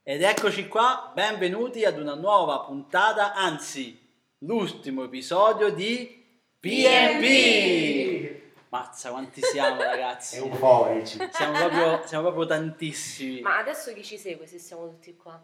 Ed eccoci qua, benvenuti ad una nuova puntata, anzi l'ultimo episodio di PNP! Mazza, quanti siamo ragazzi! Euforici! Siamo proprio tantissimi! Ma adesso chi ci segue se siamo tutti qua?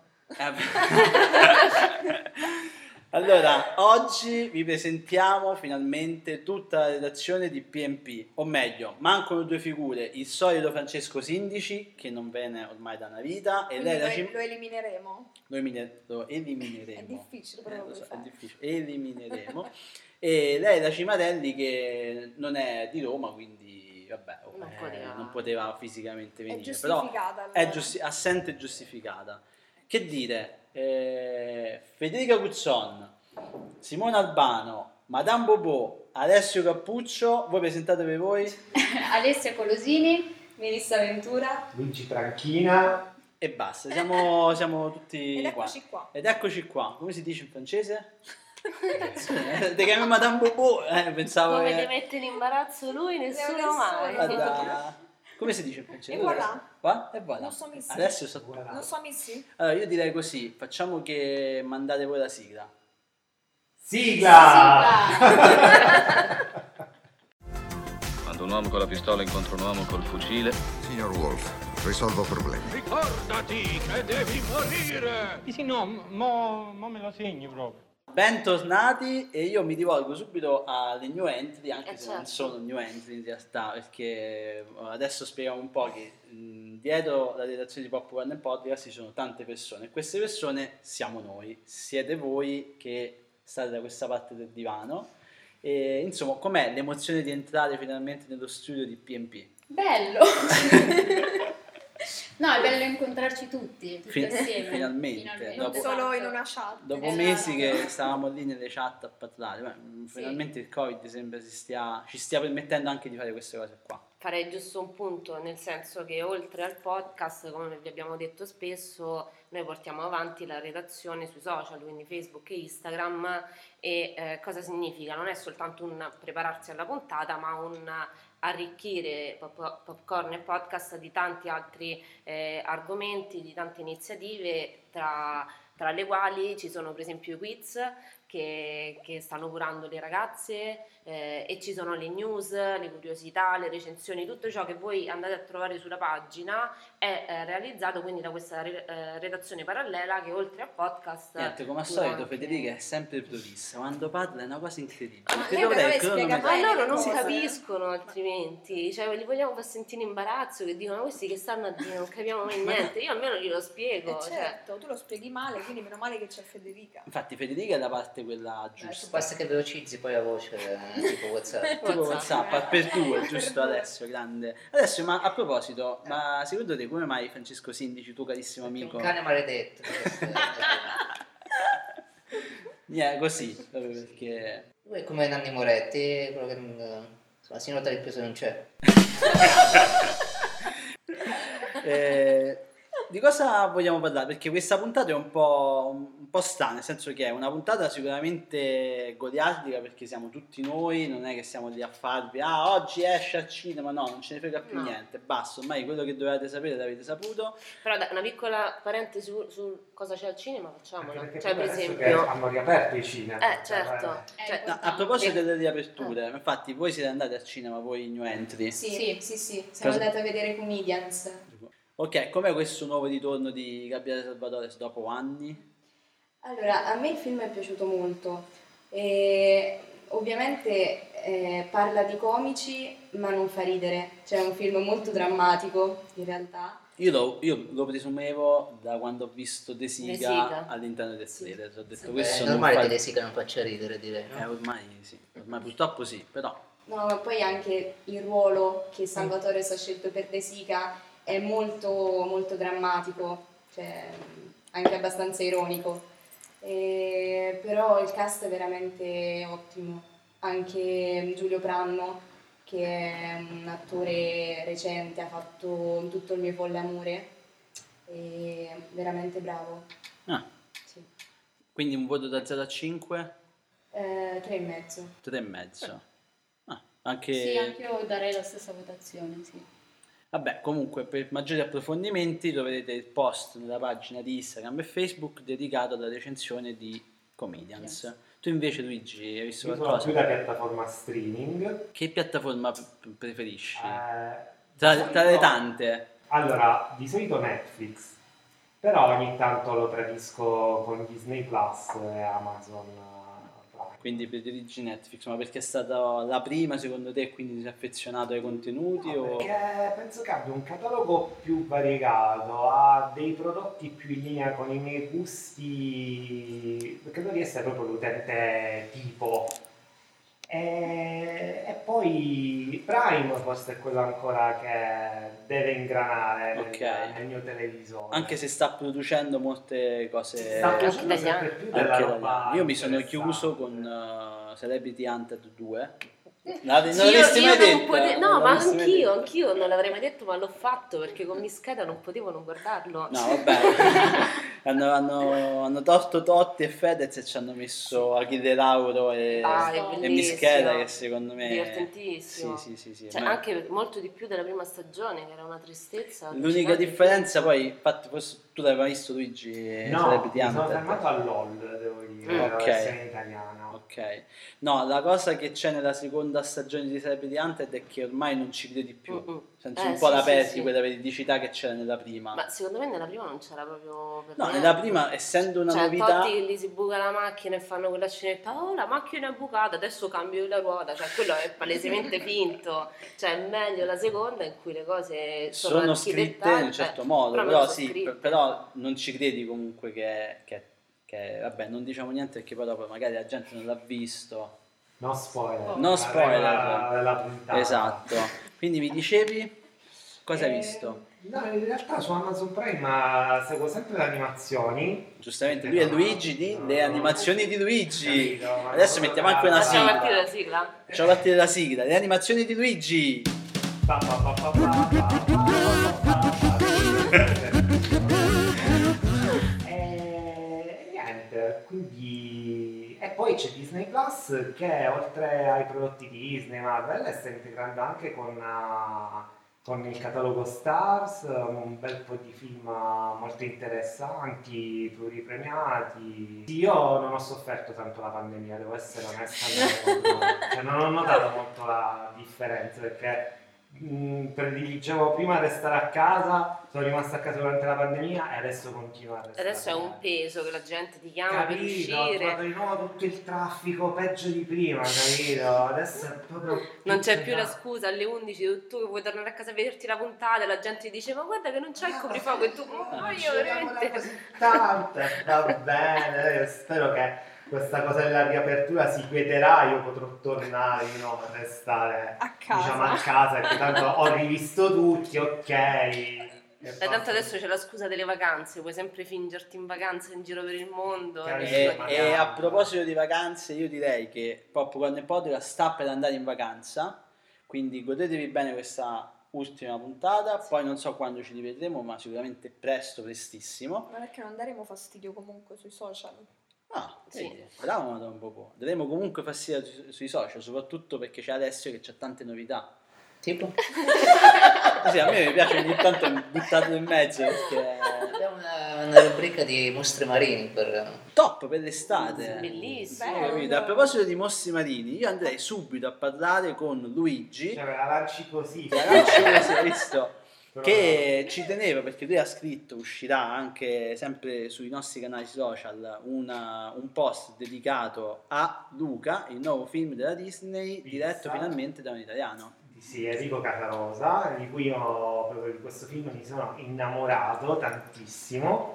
Allora, oggi vi presentiamo finalmente tutta la redazione di PNP, o meglio, mancano due figure, il solito Francesco Sindici, che non viene ormai da una vita, e lei lo elimineremo? Lo elimineremo. È difficile, però lo so, è difficile. Elimineremo. E lei è la Cimarelli, che non è di Roma, quindi vabbè, non poteva fisicamente venire. È giustificata. Però è assente giustificata. Che dire? Federica Guzzon, Simone Albano, Madame Bobò, Alessio Cappuccio, voi presentatevi voi. Alessia Colosini, Melissa Ventura, Luigi Tranchina e basta, siamo tutti Ed eccoci qua. Ed eccoci qua. Come si dice in francese? Te chiami Madame Bobò? Pensavo come ti mette in imbarazzo lui, nessuno mai. Guarda, come si dice in francese? E voilà. E voilà. Non so missi. Adesso Voilà. Non so missi. Allora io direi così, facciamo che mandate voi la sigla. Sigla! Quando un uomo con la pistola incontra un uomo col fucile, Signor Wolf, risolvo problemi. Ricordati che devi morire! Sì, no, mo me lo segni proprio. Bentornati, e io mi rivolgo subito alle new entry, anche se certo. non sono new entry in realtà, perché adesso spieghiamo un po' che dietro la redazione di Pop One Podcast ci sono tante persone, e queste persone siamo noi, siete voi che state da questa parte del divano. E insomma, com'è l'emozione di entrare finalmente nello studio di PNP? bello! No, è bello incontrarci tutti assieme. Finalmente. Non Dopo- solo in una chat. Dopo Esatto. mesi che stavamo lì nelle chat a parlare, finalmente il Covid sembra ci stia permettendo anche di fare queste cose qua. Farei giusto un punto, nel senso che oltre al podcast, come vi abbiamo detto spesso, noi portiamo avanti la redazione sui social, quindi Facebook e Instagram, e cosa significa? Non è soltanto un prepararsi alla puntata, ma un arricchire Popcorn e Podcast di tanti altri argomenti, di tante iniziative, tra le quali ci sono per esempio i quiz che stanno curando le ragazze, e ci sono le news, le curiosità, le recensioni, tutto ciò che voi andate a trovare sulla pagina è realizzato quindi da questa redazione parallela che oltre al podcast Niente, come al cura solito anche- Federica è sempre bravissima, quando parla è una cosa incredibile. Ma Ti lei dovrei però le spiega cronometrare. Ma loro non Sì, capiscono altrimenti, cioè li vogliamo far sentire in imbarazzo, che dicono questi che stanno a dire non capiamo mai niente, io almeno glielo spiego. Certo, tu lo spieghi male, quindi meno male che c'è Federica. Infatti Federica è la parte quella giusta. Basta che velocizzi poi la voce, tipo WhatsApp. Tipo WhatsApp, per due, giusto Alessio, grande. Alessio, ma a proposito, ma secondo te come mai Francesco Sindici, tuo carissimo amico? Un cane maledetto. Così, proprio perché... Lui è come Nanni Moretti, quello che insomma, si nota che il peso non c'è. Di cosa vogliamo parlare? Perché questa puntata è un po' strana, nel senso che è una puntata sicuramente goliardica, perché siamo tutti noi, non è che siamo lì a farvi oggi esce al cinema, no, non ce ne frega più niente, basta, ormai quello che dovevate sapere l'avete saputo. Però una piccola parentesi su cosa c'è al cinema facciamola, Perché cioè per adesso che esempio hanno riaperto i cinema. certo. Cioè, No, a proposito delle riaperture, infatti voi siete andati al cinema, voi new entry. Sì. Siamo Cosa- andati a vedere Comedians. Ok, com'è questo nuovo ritorno di Gabriele Salvatore dopo anni? Allora, a me il film è piaciuto molto. E ovviamente parla di comici, ma non fa ridere. Cioè è un film molto drammatico, in realtà. Io lo presumevo da quando ho visto De Sica Sica. all'interno del trailer. Ho detto È questo non normale fa... che De Sica non faccia ridere, direi. No? Ormai sì, ormai purtroppo sì, però... No, ma poi anche il ruolo che Salvatore si è scelto per De Sica è molto, molto drammatico, cioè anche abbastanza ironico. Però il cast è veramente ottimo. Anche Giulio Pranno, che è un attore recente, ha fatto Tutto il mio folle amore, è veramente bravo. Ah, Sì. quindi un voto da 0 a 5? 3,5. 3,5. Anche... Sì, anche io darei la stessa votazione, sì. Vabbè, comunque per maggiori approfondimenti troverete il post nella pagina di Instagram e Facebook dedicato alla recensione di Comedians. Tu invece, Luigi, hai visto Io sono qualcosa? più da piattaforma streaming. Che piattaforma preferisci? Tra le tante? Allora, di solito Netflix, però ogni tanto lo tradisco con Disney Plus e Amazon Prime. Quindi prediligi Netflix, ma perché è stata la prima secondo te, quindi ti sei affezionato ai contenuti? No, o... perché penso che abbia un catalogo più variegato, ha dei prodotti più in linea con i miei gusti, perché non essere proprio l'utente tipo. E poi Prime forse è quello ancora che deve ingranare nel mio televisore. Anche se sta producendo molte cose sta producendo sempre più della anche roba italiana. Io mi sono interessante. chiuso con Celebrity Hunted 2. Non Sì, l'avresti mai detto? no, ma anch'io non l'avrei mai detto, ma l'ho fatto perché con Mischeda non potevo non guardarlo. No, vabbè, hanno tolto Totti e Fedez e ci hanno messo Achille Lauro e Mischeda, che secondo me divertentissimo. Sì. Cioè, anche molto di più della prima stagione, che era una tristezza. L'unica differenza poi, infatti, forse tu l'hai mai visto, Luigi? No, Celebrity mi sono Hunted? fermato all'OL, devo dire, la versione italiana. Ok, no, la cosa che c'è nella seconda stagione di Celebrity Hunted è che ormai non ci credi più. Senti un po' la perdi quella veridicità che c'era nella prima. Ma secondo me nella prima non c'era proprio per no, niente. nella prima, essendo una novità, Totti gli si buca la macchina e fanno quella scenetta, oh la macchina è bucata, adesso cambio la ruota, cioè quello è palesemente finto. Cioè è meglio la seconda in cui le cose sono scritte in un certo modo, però non ci credi comunque che vabbè, non diciamo niente perché poi dopo magari la gente non l'ha visto. No spoiler. No spoiler. La puntata. Esatto. Quindi mi dicevi cosa hai visto? No, in realtà su Amazon Prime seguo sempre le animazioni. Giustamente, lui è Luigi di Le animazioni di Luigi. Capito, Adesso mettiamo anche una sigla. Facciamo partire la sigla? Facciamo partire la sigla. Le animazioni di Luigi. Niente, quindi... E poi c'è Disney Plus che oltre ai prodotti Disney, Marvel, sta integrando anche con il catalogo Stars un bel po' di film molto interessanti, pluripremiati. Io non ho sofferto tanto la pandemia, devo essere onesta, non ho notato molto la differenza perché prediligevo prima restare a casa, sono rimasto a casa durante la pandemia e adesso continuo a restare. Adesso è un peso che la gente ti chiama per uscire. Ho trovato di nuovo tutto il traffico peggio di prima, capito? Adesso è proprio... Non c'è più la scusa alle 11 tu che vuoi tornare a casa a vederti la puntata e la gente ti dice ma guarda che non c'è il coprifuoco e tu io veramente... Così tanto, va bene, spero che questa cosa della riapertura si quieterà, io potrò tornare di nuovo a restare a casa, diciamo a casa, perché tanto ho rivisto tutti, ok. Tanto adesso c'è la scusa delle vacanze, puoi sempre fingerti in vacanza in giro per il mondo. E a proposito di vacanze, io direi che Popcorn e Podcast sta per andare in vacanza, quindi godetevi bene questa ultima puntata, poi non so quando ci rivedremo, ma sicuramente presto, prestissimo. Ma perché non daremo fastidio comunque sui social? Ah, sì. Bravo Madonna Popò. Daremo comunque fastidio sui social, soprattutto perché c'è Alessio che c'ha tante novità. Tipo? Sì, a me mi piace ogni tanto buttarlo in mezzo perché... Abbiamo una rubrica di mostri marini per... Top per l'estate. Bellissimo. Capito? A proposito di mostri marini, io andrei subito a parlare con Luigi. Cioè, me la lanci così. Hai visto? Che ci teneva perché lui ha scritto, uscirà anche sempre sui nostri canali social un post dedicato a Luca, il nuovo film della Disney diretto finalmente da un italiano. Sì, Enrico Casarosa, di cui io proprio di questo film mi sono innamorato tantissimo.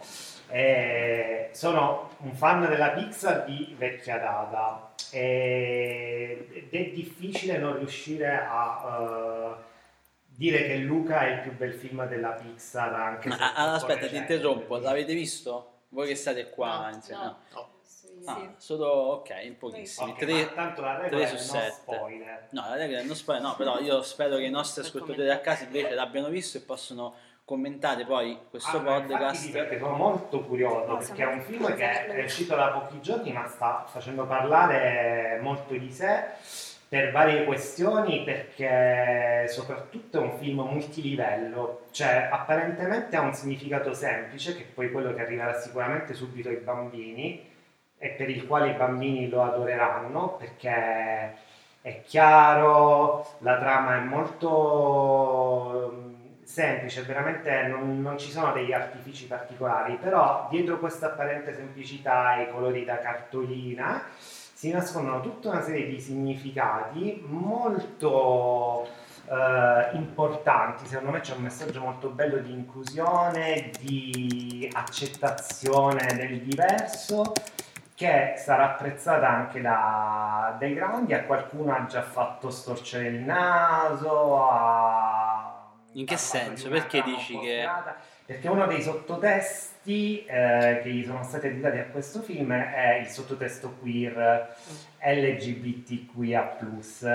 Sono un fan della Pixar di vecchia data ed è difficile non riuscire a dire che Luca è il più bel film della Pixar, anche se aspetta, ti interrompo, l'avete visto? Voi che state qua insieme? No. Solo ok, pochissimi. Okay, tanto la regola 3 su 7. Spoiler. No, la regola è non spoiler, no, però io spero che i nostri ascoltatori a casa invece l'abbiano visto e possono commentare poi questo podcast. Sì, perché sono molto curioso, perché è un film che è uscito da pochi giorni ma sta facendo parlare molto di sé, per varie questioni, perché soprattutto è un film multilivello, cioè apparentemente ha un significato semplice, che è poi quello che arriverà sicuramente subito ai bambini e per il quale i bambini lo adoreranno, perché è chiaro, la trama è molto semplice, veramente non ci sono degli artifici particolari, però dietro questa apparente semplicità e i colori da cartolina si nascondono tutta una serie di significati molto importanti. Secondo me c'è un messaggio molto bello di inclusione, di accettazione del diverso, che sarà apprezzata anche dai grandi. A qualcuno ha già fatto storcere il naso, in che senso? Perché dici che... Perché uno dei sottotesti che gli sono stati dedicati a questo film è il sottotesto queer LGBTQIA+.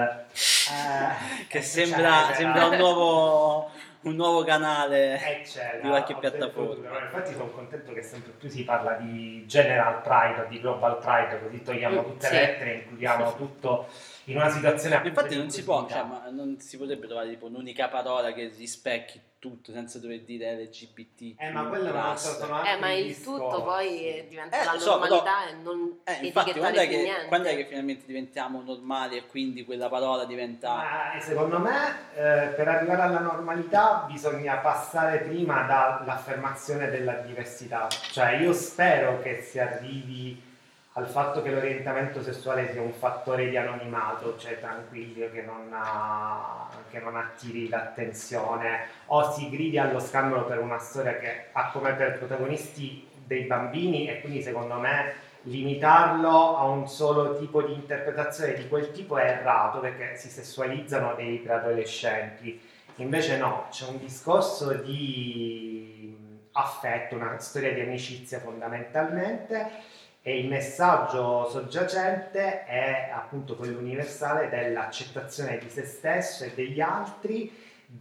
Che sembra un nuovo canale di qualche piattaforma. Infatti sono contento che sempre più si parla di General Pride o di Global Pride, così togliamo tutte le lettere e includiamo tutto in una situazione. Infatti non si può, ma non si potrebbe trovare tipo un'unica parola che rispecchi tutto senza dover dire LGBT. Ma quello non sono anche ma il tutto poi diventa la normalità e non etichettare più niente. Quando è che finalmente diventiamo normali e quindi quella parola diventa... Secondo me per arrivare alla normalità bisogna passare prima dall'affermazione della diversità, cioè io spero che si arrivi al fatto che l'orientamento sessuale sia un fattore di anonimato, cioè tranquillo, che non attiri l'attenzione o si gridi allo scandalo per una storia che ha come per protagonisti dei bambini, e quindi secondo me limitarlo a un solo tipo di interpretazione di quel tipo è errato, perché si sessualizzano dei preadolescenti. Invece no, c'è un discorso di affetto, una storia di amicizia fondamentalmente, e il messaggio soggiacente è appunto quello universale dell'accettazione di se stesso e degli altri,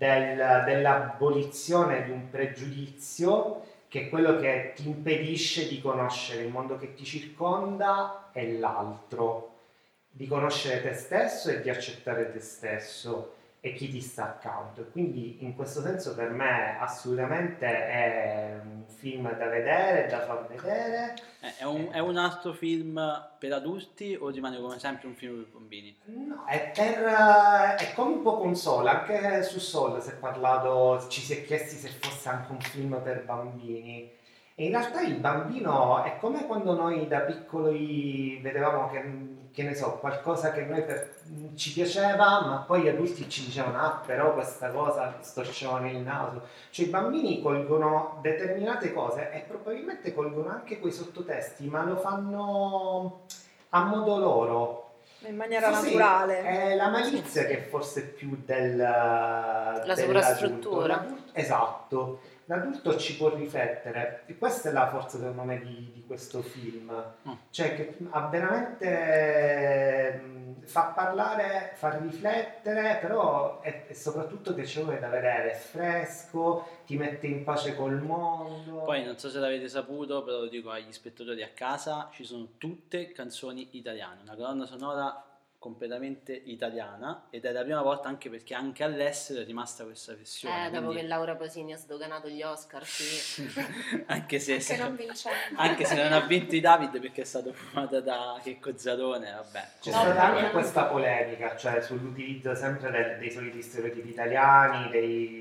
dell'abolizione di un pregiudizio che è quello che ti impedisce di conoscere il mondo che ti circonda e l'altro, di conoscere te stesso e di accettare te stesso e chi ti sta accanto. E quindi in questo senso per me assolutamente è un film da vedere, da far vedere. È un altro film per adulti o rimane come sempre un film per bambini? No, è come un po' con Soul, anche su Soul si è parlato, ci si è chiesti se fosse anche un film per bambini. E in realtà il bambino è come quando noi da piccoli vedevamo che ne so, qualcosa che noi ci piaceva, ma poi gli adulti ci dicevano però questa cosa storcevano il naso. Cioè i bambini colgono determinate cose e probabilmente colgono anche quei sottotesti, ma lo fanno a modo loro. In maniera naturale. È la malizia che forse è più la sovrastruttura. Esatto. L'adulto ci può riflettere, e questa è la forza secondo me di questo film, cioè che ha veramente fa parlare, fa riflettere, però è soprattutto piacevole da vedere, è fresco, ti mette in pace col mondo. Poi non so se l'avete saputo, però lo dico agli spettatori a casa, ci sono tutte canzoni italiane, una colonna sonora completamente italiana, ed è la prima volta anche perché anche all'estero è rimasta questa versione. Dopo che Laura Pausini ha sdoganato gli Oscar, sì. anche se non vincente. Anche se non ha vinto i David perché è stato firmato da Checco Zalone, vabbè. C'è stata anche questa polemica, cioè sull'utilizzo sempre dei soliti stereotipi italiani,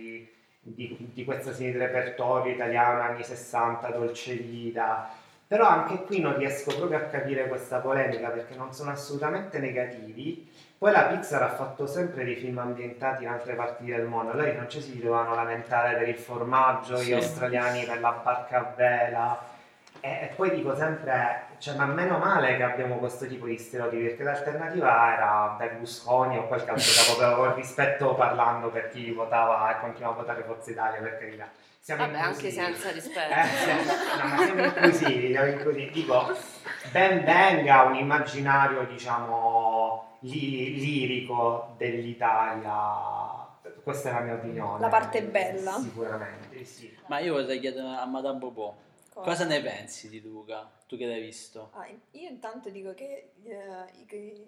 di questa serie di repertorio italiano anni 60, Dolce Vita. Però anche qui non riesco proprio a capire questa polemica, perché non sono assolutamente negativi. Poi la Pixar ha fatto sempre dei film ambientati in altre parti del mondo. Allora i francesi si dovevano lamentare per il formaggio, gli australiani per la barca a vela. E poi dico sempre, cioè, ma meno male che abbiamo questo tipo di stereotipi, perché l'alternativa era Berlusconi o qualche altro capo, con rispetto parlando per chi votava e continua a votare Forza Italia, per carità. Vabbè, anche senza rispetto. No, ma siamo inclusivi. Dico, ben venga un immaginario, diciamo, lirico dell'Italia. Questa è la mia opinione. La parte bella. Sicuramente, sì. Ma io vorrei chiedere a Madame Bobò, cosa ne pensi di Luca? Tu che l'hai visto? Io intanto dico che i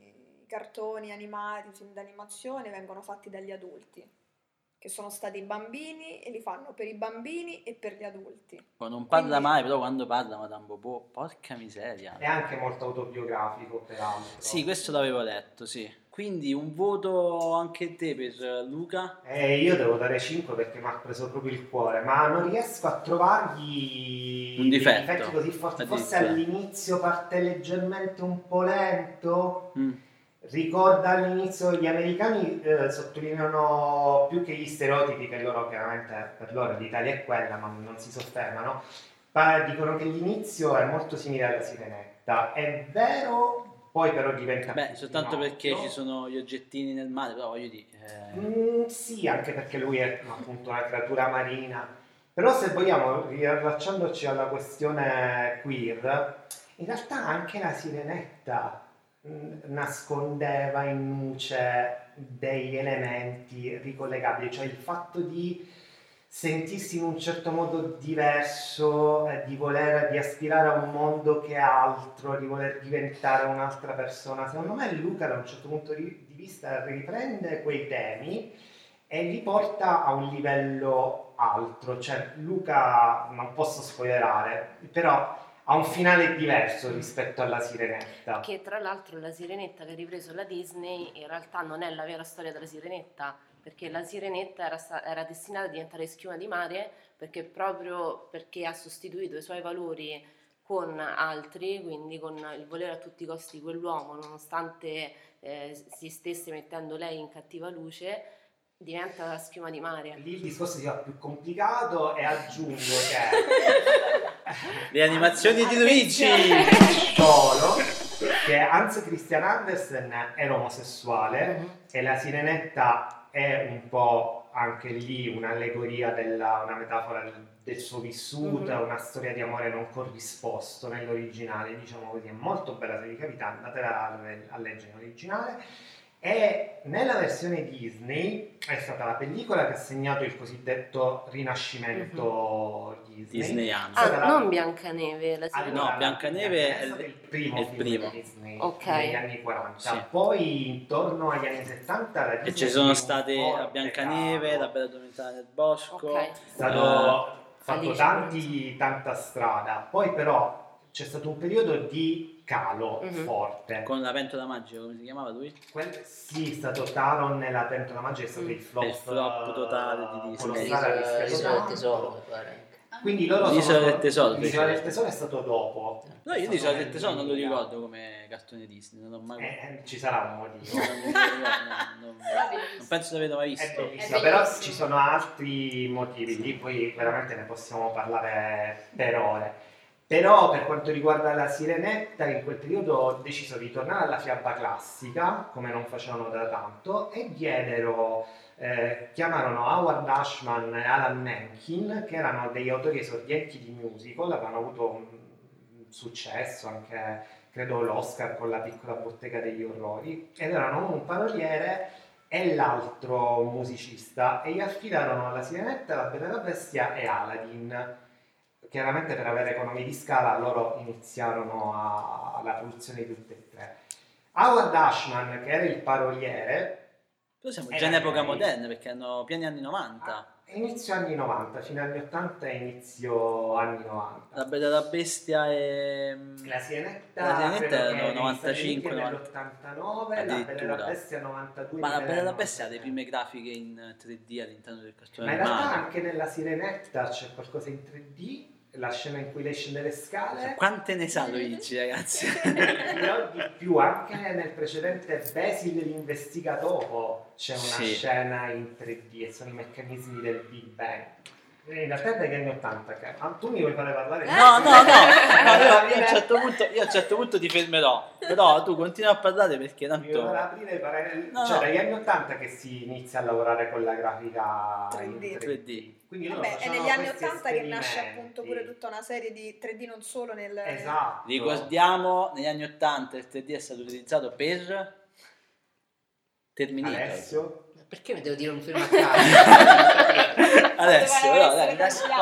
cartoni animati, film d'animazione vengono fatti dagli adulti, che sono stati bambini e li fanno per i bambini e per gli adulti. Non parla mai, però quando parla Madame Bobo, porca miseria. È anche molto autobiografico, peraltro. Sì, questo l'avevo letto, sì. Quindi un voto anche te per Luca? Io devo dare 5 perché mi ha preso proprio il cuore, ma non riesco a trovargli un difetto, dei difetti così forti. Forse all'inizio parte leggermente un po' lento. Ricorda all'inizio gli americani sottolineano più che gli stereotipi, che loro chiaramente per loro l'Italia è quella, ma non si soffermano. Dicono che l'inizio è molto simile alla Sirenetta. È vero. Poi però diventa soltanto perché ci sono gli oggettini nel mare, però voglio dire... sì, anche perché lui è appunto una creatura marina. Però se vogliamo, riallacciandoci alla questione queer, in realtà anche la Sirenetta nascondeva in nuce degli elementi ricollegabili, cioè il fatto di sentirsi in un certo modo diverso, di aspirare a un mondo che è altro, di voler diventare un'altra persona. Secondo me Luca da un certo punto di vista riprende quei temi e li porta a un livello altro. Cioè Luca, non posso spoilerare, però ha un finale diverso rispetto alla Sirenetta. Che tra l'altro la Sirenetta che ha ripreso la Disney in realtà non è la vera storia della Sirenetta, perché la Sirenetta era destinata a diventare schiuma di mare proprio perché ha sostituito i suoi valori con altri, quindi con il volere a tutti i costi quell'uomo, nonostante si stesse mettendo lei in cattiva luce, diventa la schiuma di mare. Lì il discorso si fa più complicato e aggiungo che le animazioni di Luigi solo che Hans Christian Andersen era omosessuale e la Sirenetta è un po' anche lì un'allegoria una metafora del suo vissuto, una storia di amore non corrisposto nell'originale, diciamo così. È molto bella, se vi capita andatela a leggere l'originale. E nella versione Disney è stata la pellicola che ha segnato il cosiddetto rinascimento disneyano. Non Biancaneve, no, Biancaneve è il primo film Disney negli anni 40. Sì. Poi intorno agli anni 70 la Disney ci sono state la Biancaneve, la Bella Adormitata nel Bosco. È stato fatto tanta strada. Poi però c'è stato un periodo di calo forte. Con la pentola magica, come si chiamava lui? Sì, è stato Taron nella pentola magica, è stato il flop totale di Disney. L'isola del tesoro, mi pare. Quindi loro L'isola del tesoro. L'isola del tesoro è stato dopo. No, io l'isola del tesoro non lo ricordo come cartone Disney, non ho mai... ci sarà un motivo. non penso di averlo mai visto. È bellissimo, però ci sono altri motivi, lì poi veramente ne possiamo parlare per ore. Però per quanto riguarda la Sirenetta, in quel periodo ho deciso di tornare alla fiaba classica, come non facevano da tanto, e chiamarono Howard Ashman e Alan Menken, che erano degli autori esordienti di musical, avevano avuto un successo, anche credo l'Oscar con La piccola bottega degli orrori, ed erano un paroliere e l'altro musicista, e gli affidarono la Sirenetta, la Bella e la Bestia e Aladdin. Chiaramente per avere economie di scala loro iniziarono alla produzione di tutte e tre. Howard Ashman, che era il paroliere... Però siamo già in epoca moderna, perché hanno pieni anni 90. Inizio anni 90, fino agli 80 e inizio anni 90. La Bella e la Bestia e... La Sirenetta erano 95, nell'89, la Bella e la Bestia 92. Ma la Bella e la Bestia ha le prime grafiche in 3D all'interno del cartone animato. Ma in realtà anche nella Sirenetta c'è qualcosa in 3D, la scena in cui lei scende le scale. Quante ne sa Luigi, ragazzi? Però di più, anche nel precedente Basil l'investigatopo c'è una scena in 3D e sono i meccanismi del Big Bang. In realtà è dagli anni 80 che... tu mi vuoi fare parlare? No, io a un certo punto ti fermerò, però tu continua a parlare perché tanto... dagli anni 80 che si inizia a lavorare con la grafica 3D. Quindi è negli anni 80 che nasce appunto pure tutta una serie di 3D, non solo nel... Esatto. Ricordiamo, negli anni 80 il 3D è stato utilizzato per Terminator. Alessio? Perché mi devo dire un film a caso? Adesso, dai,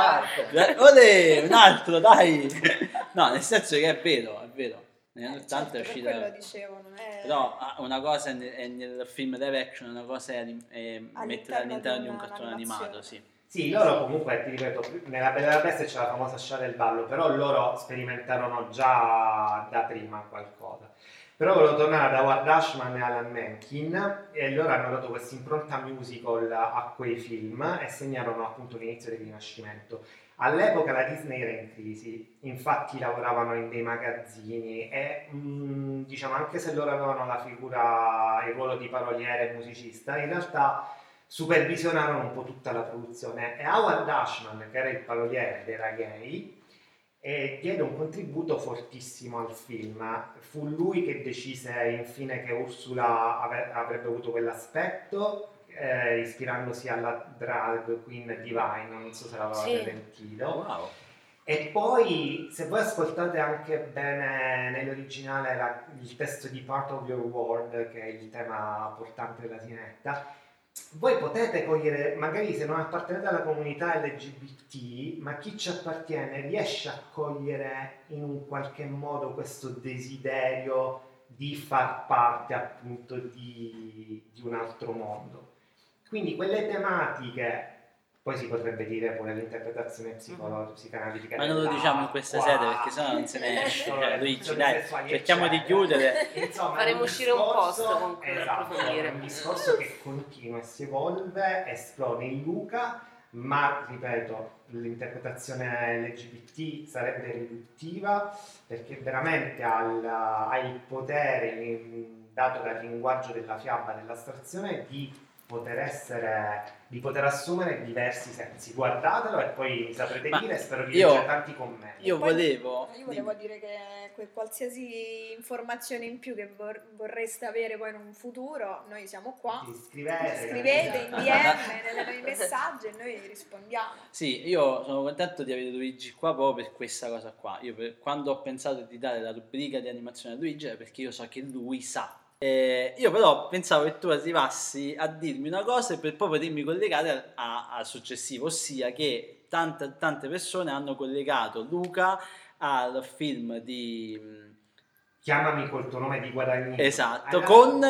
un altro, dai. No, nel senso che è vero. Negli anni 80 è uscita... Lo dicevo, non è... Però una cosa è nel film live action, una cosa è mettere all'interno di un cartone animato, sì. Sì, loro comunque, ti ripeto, nella Bella e la Bestia c'è la famosa scena del ballo, però loro sperimentarono già da prima qualcosa. Però volevo tornare ad Howard Ashman e Alan Menken, e loro hanno dato questa impronta musical a quei film e segnarono appunto l'inizio del Rinascimento. All'epoca la Disney era in crisi, infatti lavoravano in dei magazzini e diciamo, anche se loro avevano la figura, il ruolo di paroliere e musicista, in realtà supervisionarono un po' tutta la produzione, e Howard Ashman, che era il paroliere, ed era gay, e diede un contributo fortissimo al film. Fu lui che decise infine che Ursula avrebbe avuto quell'aspetto, ispirandosi alla drag queen Divine, non so se l'avevate sentito. Wow. E poi, se voi ascoltate anche bene nell'originale il testo di Part of Your World, che è il tema portante della Sinetta, voi potete cogliere, magari se non appartenete alla comunità LGBT, ma chi ci appartiene riesce a cogliere in un qualche modo questo desiderio di far parte appunto di un altro mondo. Quindi quelle tematiche, poi si potrebbe dire pure l'interpretazione psicanalitica. Ma non lo diciamo in questa sede perché sennò non se ne esce. Luigi, dai, cerchiamo di chiudere. Insomma, faremo uscire un posto con cui approfondire. È un discorso che continua e si evolve, esplode in Luca, ma ripeto, l'interpretazione LGBT sarebbe riduttiva perché veramente ha il potere dato dal linguaggio della fiaba, dell'astrazione, di poter assumere diversi sensi. Guardatelo e poi saprete dire, e spero di leggere tanti commenti. Io volevo dire che qualsiasi informazione in più che vorreste avere poi in un futuro, noi siamo qua. Scrivete in DM nei messaggi e noi rispondiamo. Sì, io sono contento di avere Luigi qua proprio per questa cosa qua. Quando ho pensato di dare la rubrica di animazione a Luigi è perché io so che lui sa. Io però pensavo che tu arrivassi a dirmi una cosa per poi potermi collegare al successivo, ossia che tante persone hanno collegato Luca al film di Chiamami col tuo nome di Guadagnino. Esatto,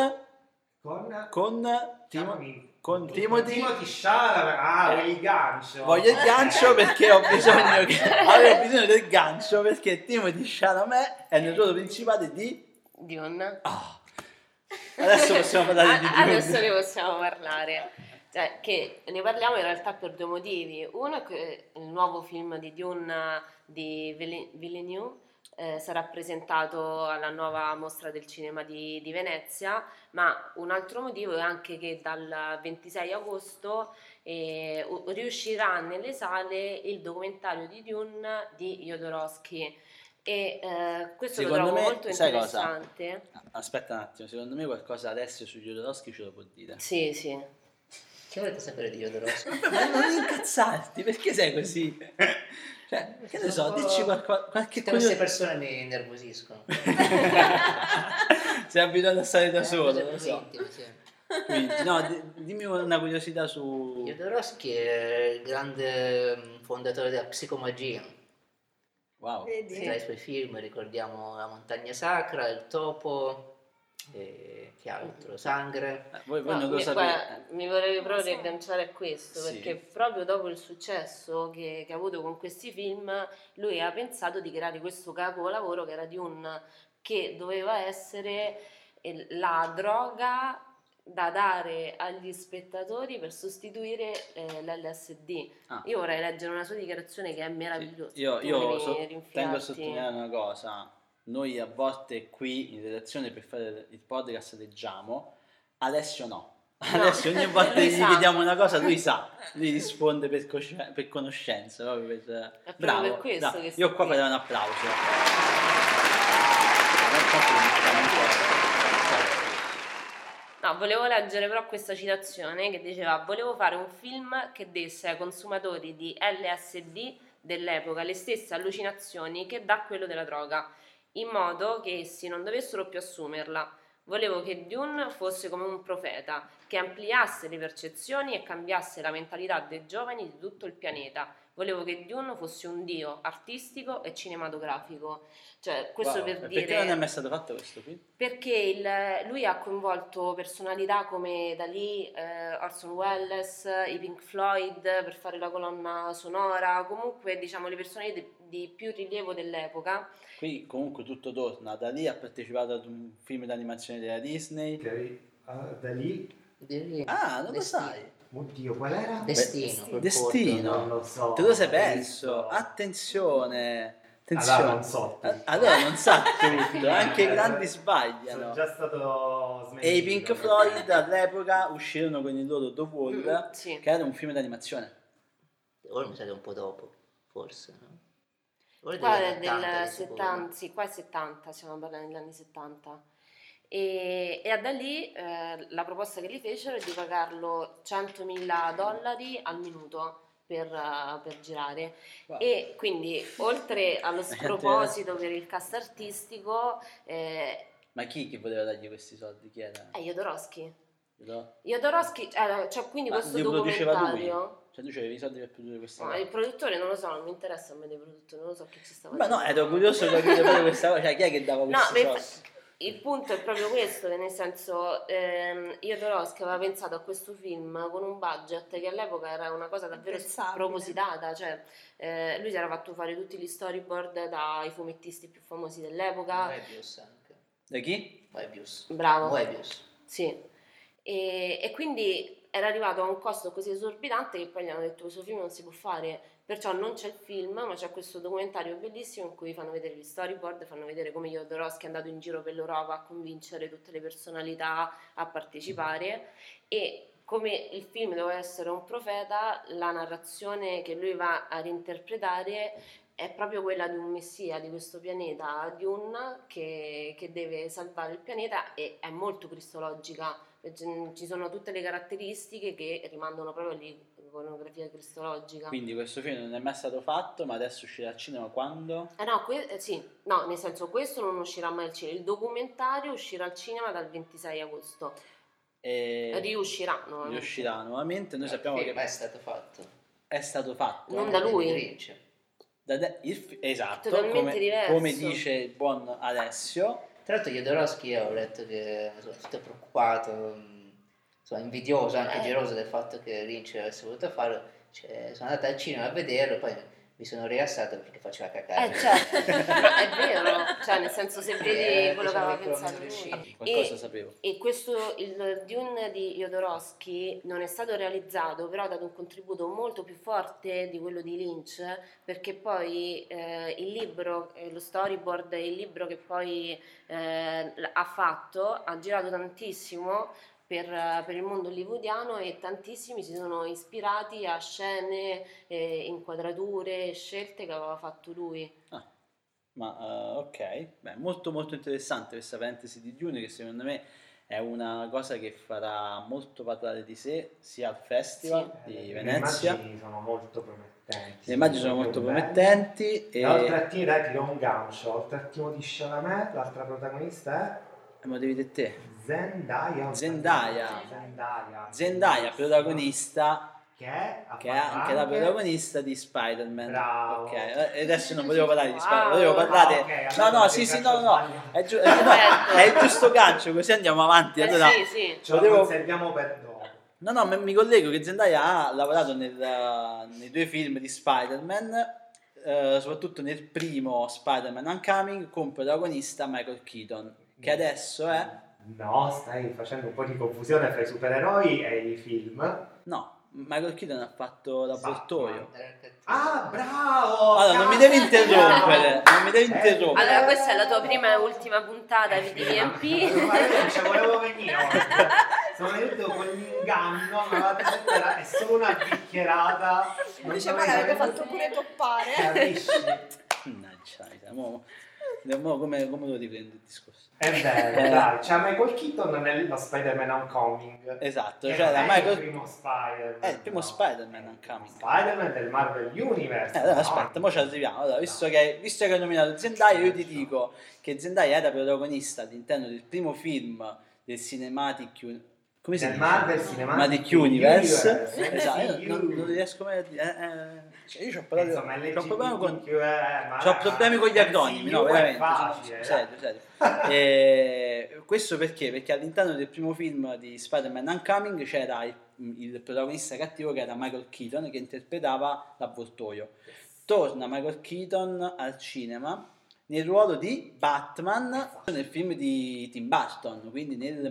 con Timothy Chalamet. Il gancio. Voglio il gancio perché avevo bisogno del gancio perché Timothy Chalamet è nel ruolo principale di Dune. Adesso possiamo parlare di Dune. Adesso ne possiamo parlare. Cioè, che ne parliamo in realtà per due motivi. Uno è che il nuovo film di Dune di Villeneuve sarà presentato alla nuova mostra del cinema di Venezia, ma un altro motivo è anche che dal 26 agosto riuscirà nelle sale il documentario di Dune di Jodorowsky. E questo secondo lo trovo me, molto interessante. Aspetta un attimo, secondo me qualcosa adesso su Jodorowsky ce lo può dire. Sì. Che volete sapere di Jodorowsky? Ma non incazzarti, perché sei così? Cioè, che ne so, dici qualche cosa. Queste persone mi innervosiscono. Sei abituato a stare da solo, lo so. Sì. Quindi, no, dimmi una curiosità su... Jodorowsky è il grande fondatore della psicomagia. Wow. Tra i suoi film ricordiamo La montagna sacra, Il topo, che altro? Sangre. Voi non lo sapete. Mi vorrei proprio riagganciare a questo, perché proprio dopo il successo che ha avuto con questi film, lui ha pensato di creare questo capolavoro che era Dune, che doveva essere la droga da dare agli spettatori per sostituire l'LSD. Io vorrei leggere una sua dichiarazione che è meravigliosa. Io tengo a sottolineare una cosa: noi a volte qui in redazione per fare il podcast leggiamo, Alessio no. Alessio ogni volta che gli chiediamo una cosa lui sa, lui risponde per conoscenza, proprio bravo, per questo bravo. Che io qua farei un applauso. No, volevo leggere però questa citazione che diceva: volevo fare un film che desse ai consumatori di LSD dell'epoca le stesse allucinazioni che dà quello della droga, in modo che essi non dovessero più assumerla. Volevo che Dune fosse come un profeta, che ampliasse le percezioni e cambiasse la mentalità dei giovani di tutto il pianeta. volevo che Dune fosse un dio artistico e cinematografico. Cioè, questo per dire... Perché non è mai stato fatto questo qui? Perché lui ha coinvolto personalità come Dalì, Orson Welles, i Pink Floyd per fare la colonna sonora, comunque diciamo le persone di più rilievo dell'epoca. Qui comunque tutto torna. Dalì ha partecipato ad un film d'animazione della Disney. Dalì? Ah, non lo sai? Oddio, qual era? Destino. Non lo so. Te lo sei perso. Attenzione. Allora non so. Allora non sa tutto, anche i grandi sbagliano. Sono già stato smentito. E i Pink Floyd all'epoca uscirono con il loro The Wall, sì. che era un film d'animazione. Ora mi sa che un po' dopo, forse, no? Qua è del 70, sì, qua è 70, stiamo parlando degli anni 70. E da lì la proposta che gli fecero è di pagarlo $100.000 al minuto per girare. Wow. E quindi oltre allo sproposito per il cast artistico ma chi che voleva dargli questi soldi? Chi era? Jodorowsky. No? Jodorowsky, cioè quindi questo li produceva documentario lui? Cioè tu c'avevi i soldi per produrre questa no, cosa? il produttore non lo so, non mi interessa a me dei produttori, non lo so chi ci stava ma no, ero curioso di capire pure questa cosa, cioè chi è che dava questi soldi? Il punto è proprio questo, che nel senso Jodorowsky aveva pensato a questo film con un budget che all'epoca era una cosa davvero spropositata, cioè lui si era fatto fare tutti gli storyboard dai fumettisti più famosi dell'epoca. Moebius anche. Da chi? Moebius. Bravo. Moebius. Sì. E quindi era arrivato a un costo così esorbitante che poi gli hanno detto questo film non si può fare, perciò non c'è il film, ma c'è questo documentario bellissimo in cui fanno vedere gli storyboard, fanno vedere come Jodorowsky è andato in giro per l'Europa a convincere tutte le personalità a partecipare e come il film doveva essere un profeta, la narrazione che lui va a reinterpretare è proprio quella di un messia di questo pianeta, Dune, che deve salvare il pianeta e è molto cristologica. Ci sono tutte le caratteristiche che rimandano proprio all'iconografia cristologica. Quindi questo film non è mai stato fatto, ma adesso uscirà al cinema quando? No, nel senso questo non uscirà mai al cinema, il documentario uscirà al cinema dal 26 agosto. Riuscirà nuovamente. Noi sappiamo che è stato fatto. È stato fatto. Non da lui. Esatto, totalmente come dice il buon Alessio. Tra l'altro Jodorowsky ho letto che è tutto preoccupato, invidioso, anche geloso del fatto che Lynch avesse voluto farlo. Cioè, sono andato al cinema a vederlo e poi mi sono rilassato perché faceva cacare. Certo, è vero, cioè nel senso se vedi quello che aveva pensato lui. Qualcosa sapevo. E questo, il Dune di Jodorowsky non è stato realizzato, però ha dato un contributo molto più forte di quello di Lynch, perché poi il libro, lo storyboard e il libro che poi ha fatto, ha girato tantissimo per il mondo hollywoodiano e tantissimi si sono ispirati a scene, inquadrature, scelte che aveva fatto lui. Ok, beh, molto molto interessante questa parentesi di Dune, che secondo me è una cosa che farà molto parlare di sé sia al festival di Venezia. Le immagini sono molto promettenti. Le immagini sono molto promettenti. E oltre a te, dai, ti do un gancio. Oltre a Timothée Chalamet, l'altra protagonista è? Ma devi dire te. Zendaya, protagonista che è anche la protagonista di Spider-Man. Bravo. Ok, e adesso non volevo parlare di Spider-Man, volevo parlare è il giusto gancio, così andiamo avanti. Allora, sì. Ce lo conserviamo per dopo. No, mi collego che Zendaya ha lavorato nei due film di Spider-Man, soprattutto nel primo Spider-Man Homecoming con protagonista Michael Keaton, che adesso è... No, stai facendo un po' di confusione fra i supereroi e i film. No, Michael Keaton ha fatto L'Avvoltoio. Ah, bravo! Allora, non mi devi interrompere. Allora, questa è la tua prima e ultima puntata di DMP. Non ci volevo venire. Sono venuto con l'inganno, ma è solo una bicchierata. Invece me l'avete fatto pure toppare. Come lo riprendo il discorso? È vero, dai, c'è Michael Keaton nello Spider-Man Homecoming. Esatto, cioè il primo Spider-Man. È il primo Spider-Man Homecoming. Spider-Man del Marvel Universe. Allora, aspetta, mo ci arriviamo. Allora, visto che hai nominato Zendaya, io ti dico che Zendaya era protagonista all'interno del primo film del Cinematic come si dice? Marvel Cinematic Universe. Esatto, non riesco mai a dire. Io ho problemi con gli acronimi, no, veramente. Facile, serio. Questo perché all'interno del primo film di Spider-Man Homecoming c'era il protagonista cattivo che era Michael Keaton, che interpretava l'avvoltoio. Torna Michael Keaton al cinema nel ruolo di Batman nel film di Tim Burton, quindi nel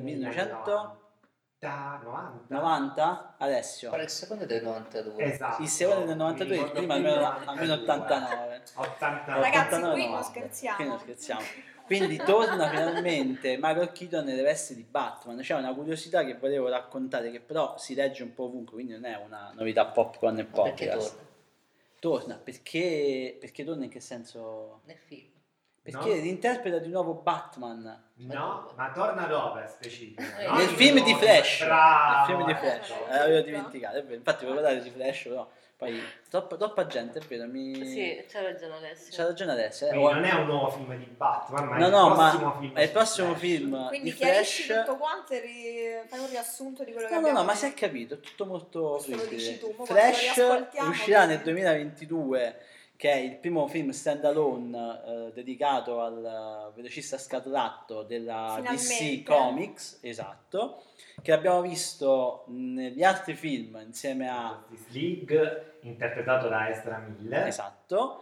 1990. Alessio? Il secondo del 92. Esatto. Il secondo del 92, il primo almeno 89. Ragazzi, qui non scherziamo. Quindi torna finalmente Michael Keaton nelle vesti di Batman. C'è una curiosità che volevo raccontare, che però si legge un po' ovunque, quindi non è una novità popcorn e podcast. Torna perché torna in che senso? Nel film. Perché interpreta di nuovo Batman. No, ma torna dove specifico? Nel film di Flash. Bravo. Nel film di Flash. L'avevo dimenticato. Infatti volevo parlare di Flash, però poi troppa gente, è vero. Sì, c'ha ragione Alessio. Quindi non è un nuovo film di Batman, ma è il prossimo film. Quindi di chiarisci Flash. tutto quanto e fai un riassunto di quello che No, abbiamo ma si è capito, è tutto molto fluide. Flash uscirà nel 2022, che è il primo film standalone dedicato al velocista scatenatto della DC Comics, esatto, che abbiamo visto negli altri film insieme a Justice League, interpretato da Ezra Miller. Esatto,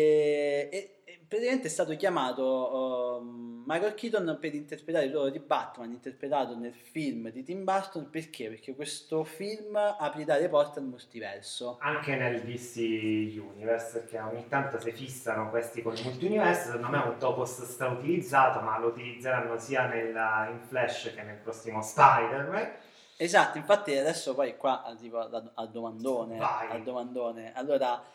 e praticamente è stato chiamato Michael Keaton per interpretare il ruolo di Batman, interpretato nel film di Tim Burton. Perché questo film aprirà le porte al multiverso anche nel DC Universe, perché ogni tanto si fissano questi con il multiverso. Secondo me è un topos strautilizzato, ma lo utilizzeranno sia in Flash che nel prossimo Spider-Man. Esatto, infatti adesso poi qua arrivo al domandone. Allora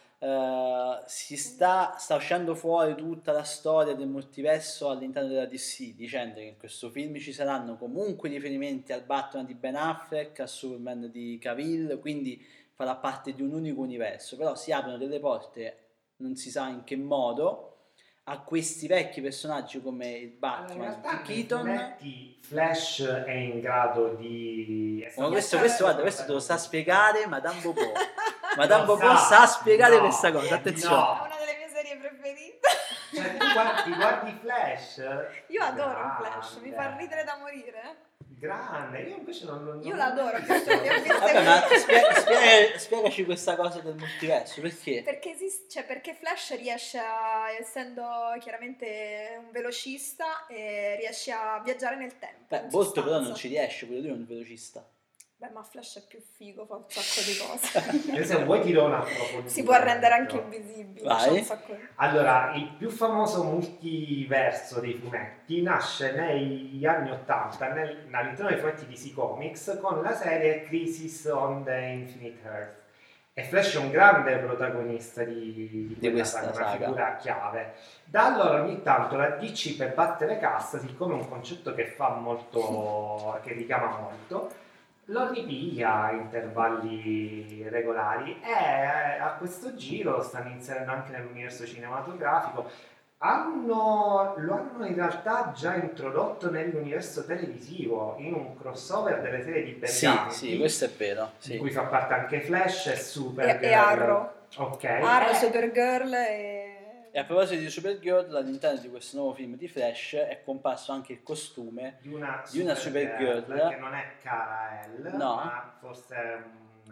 si sta uscendo fuori tutta la storia del multiverso all'interno della DC, dicendo che in questo film ci saranno comunque riferimenti al Batman di Ben Affleck, al Superman di Cavill, quindi farà parte di un unico universo, però si aprono delle porte, non si sa in che modo, a questi vecchi personaggi come il Batman di Keaton. Flash è in grado di... Questo te lo sa spiegare Madame Bobo. Madame Bobo sa spiegare questa cosa, attenzione. È una delle mie serie preferite. Cioè, tu guardi Flash? Io adoro Flash, mi fa ridere da morire. Grande, io invece non... Io l'adoro. Vabbè, ma spiegaci questa cosa del multiverso, perché? Perché Flash riesce essendo chiaramente un velocista, riesce a viaggiare nel tempo. Beh, Bolt però non ci riesce, quello lì è un velocista. Beh, ma Flash è più figo, fa un sacco di cose. Se vuoi ti do un approfondimento. Si può rendere anche invisibile. Vai. Allora, il più famoso multiverso dei fumetti nasce negli anni 80 all'interno dei fumetti DC Comics con la serie Crisis on the Infinite Earth. E Flash è un grande protagonista di questa saga, una figura chiave. Da allora ogni tanto la DC, per battere cassa, siccome è un concetto che fa molto, che richiama molto, lo ripiglia a intervalli regolari e a questo giro lo stanno inserendo anche nell'universo cinematografico. Lo hanno in realtà già introdotto nell'universo televisivo in un crossover delle serie di Berganti. Sì, questo è vero. Sì. In cui fa parte anche Flash e Supergirl. E Arrow. Ok. Arrow, Supergirl E a proposito di Supergirl, all'interno di questo nuovo film di Flash è comparso anche il costume di una Supergirl che non è Kara-El, ma forse è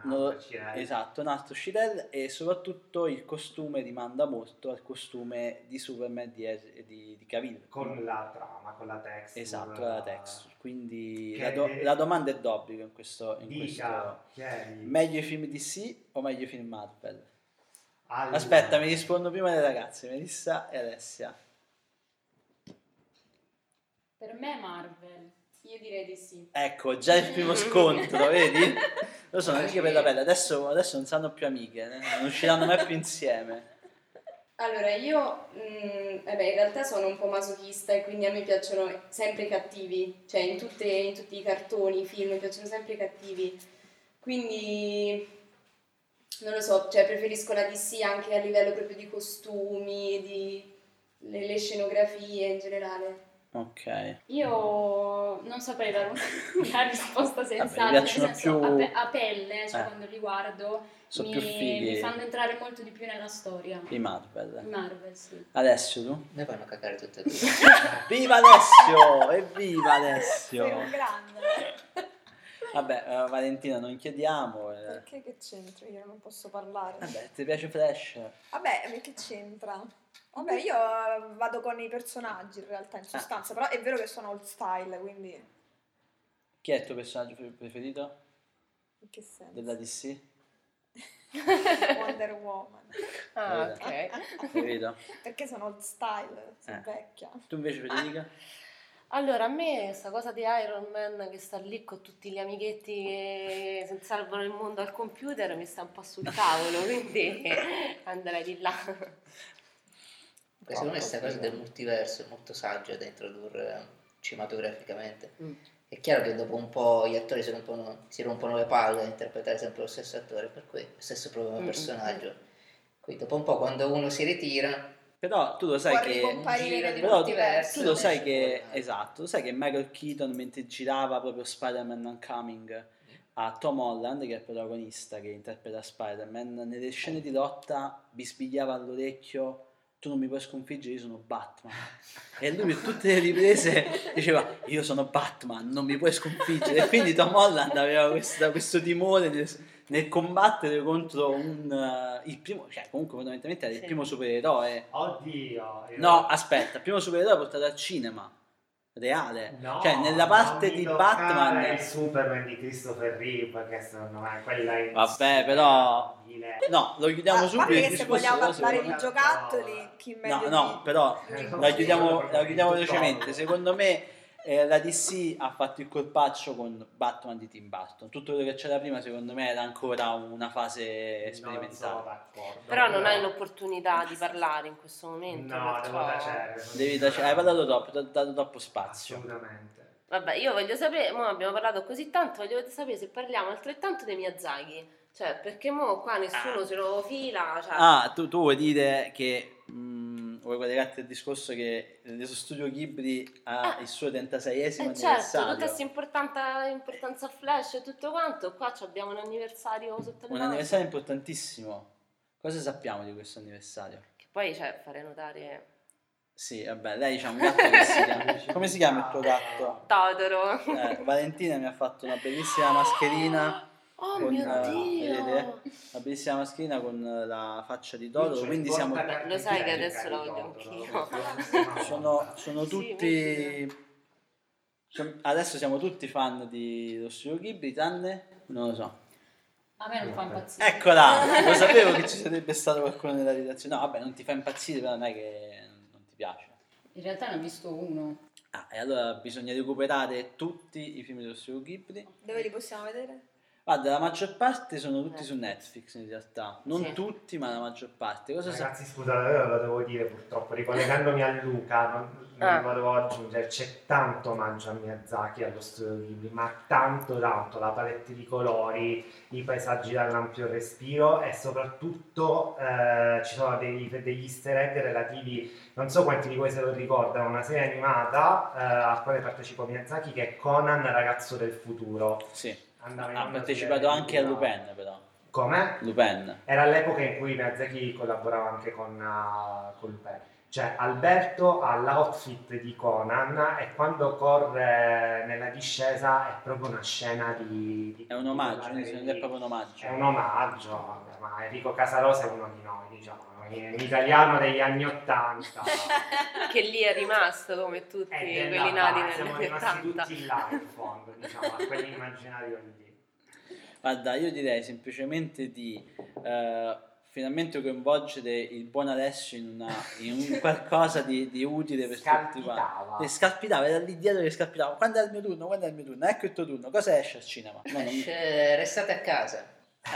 un altro Shirel, e soprattutto il costume rimanda molto al costume di Superman di Cavill. Con la trama, con la texture. Esatto, con la texture. Quindi la domanda è d'obbligo in questo. Meglio i film DC o meglio i film Marvel? Allora. Aspetta, mi rispondo prima le ragazze, Melissa e Alessia. Per me Marvel, io direi di sì. Ecco, già il primo scontro, vedi? Lo sono amiche per la pelle, adesso non saranno più amiche, non usciranno mai più insieme. Allora, io in realtà sono un po' masochista e quindi a me piacciono sempre i cattivi, cioè in tutti i cartoni, i film, mi piacciono sempre i cattivi. Quindi... non lo so, cioè preferisco la DC anche a livello proprio di costumi, di le scenografie in generale. Ok. Io non saprei dare una risposta sensata, mi nel piacciono senso più... a pelle, cioè quando li guardo mi fanno entrare molto di più nella storia. I Marvel. I Marvel, sì. Alessio, tu? Ne fanno cagare tutte e due. Viva Alessio! Evviva Alessio! Sei un grande. Vabbè, Valentina non chiediamo. Perché che c'entra? Io non posso parlare. Vabbè, ti piace Flash? Vabbè, che c'entra? Vabbè, io vado con i personaggi in realtà, in sostanza, però è vero che sono old style, quindi... Chi è il tuo personaggio preferito? In che senso? Della DC? Wonder Woman. Ah, ok. Capito? Perché sono old style, sono vecchia. Tu invece, Federica? Allora, a me questa cosa di Iron Man che sta lì con tutti gli amichetti che si salvano il mondo al computer mi sta un po' sul tavolo, quindi andrei di là. Secondo me questa cosa del multiverso è molto saggia da introdurre cinematograficamente. È chiaro che dopo un po' gli attori si rompono le palle a interpretare sempre lo stesso attore, per cui lo stesso proprio personaggio. Quindi dopo un po' quando uno si ritira... Però tu lo sai che multiverso, tu lo sai che esatto, lo sai che Michael Keaton mentre girava proprio Spider-Man Homecoming a Tom Holland, che è il protagonista che interpreta Spider-Man, nelle scene di lotta bisbigliava all'orecchio: tu non mi puoi sconfiggere, io sono Batman. E lui per tutte le riprese diceva: io sono Batman, non mi puoi sconfiggere. E quindi Tom Holland aveva questo timore nel combattere contro il primo, cioè comunque fondamentalmente era il primo supereroe. Oddio. No, aspetta, il primo supereroe portato al cinema reale, no, cioè nella parte di Batman, il Superman di Christopher Reeve, che secondo me quella è vabbè, però no, lo chiudiamo subito il che discorso. se vogliamo parlare di giocattoli, chi meglio no, però la chiudiamo velocemente. Secondo me la DC ha fatto il colpaccio con Batman di Tim Burton. Tutto quello che c'era prima secondo me era ancora una fase sperimentale. Però non hai l'opportunità di parlare in questo momento. No, devi tacere. Hai parlato troppo, ti ho dato troppo spazio. Assolutamente. Vabbè, io voglio sapere, mo abbiamo parlato così tanto, voglio sapere se parliamo altrettanto dei Miyazaki. Cioè, perché mo qua nessuno se lo fila. Cioè... tu vuoi dire che vuoi collegarti al discorso che lo studio Ghibli ha il suo 36esimo anniversario. Certo, tutta questa importanza Flash e tutto quanto, qua abbiamo un anniversario sotto le un mani. Anniversario importantissimo. Cosa sappiamo di questo anniversario? Che poi fare notare... Sì, vabbè, lei c'ha un gatto che si chiama... Come si chiama il tuo gatto? Totoro. Valentina mi ha fatto una bellissima mascherina. Oh mio Dio! Vedete? Una bellissima mascherina con la faccia di Totoro, quindi siamo... Lo sai che adesso la voglio anch'io. Sono tutti... Adesso siamo tutti fan dello studio Ghibli, tranne... Non lo so. A me non fa impazzire. Eccola! Lo sapevo che ci sarebbe stato qualcuno nella redazione. No, vabbè, non ti fa impazzire, però non è che non ti piace. In realtà ne ho visto uno. E allora bisogna recuperare tutti i film dello studio Ghibli. Dove li possiamo vedere? Guarda, la maggior parte sono tutti su Netflix in realtà, non tutti, ma la maggior parte. Ragazzi, scusate, io lo devo dire purtroppo, ricollegandomi a Luca, non lo devo aggiungere, c'è tanto omaggio a Miyazaki allo studio Ghibli, ma tanto, la palette di colori, i paesaggi dall'ampio respiro e soprattutto ci sono degli easter egg relativi, non so quanti di voi se lo ricordano, una serie animata al quale partecipò Miyazaki che è Conan, ragazzo del futuro. Sì. Ha partecipato anche a Lupin, però. Come? Lupin. Era l'epoca in cui Miyazaki collaborava anche con Lupin. Cioè, Alberto ha l'outfit di Conan e quando corre nella discesa è proprio una scena di è un omaggio, è proprio un omaggio. È un omaggio, ma Enrico Casarosa è uno di noi, diciamo. L'italiano degli anni '80 che lì è rimasto come tutti quelli nati negli siamo anni rimasti '80 tutti là in fondo, diciamo, a quell'immaginario lì. Guarda, io direi semplicemente di finalmente coinvolgere il buon Alessio in un qualcosa di utile per tutti quanti. Scalpitava, era lì dietro che scalpitava. Quando è il mio turno? Ecco il tuo turno, cosa esce al cinema? Restate a casa.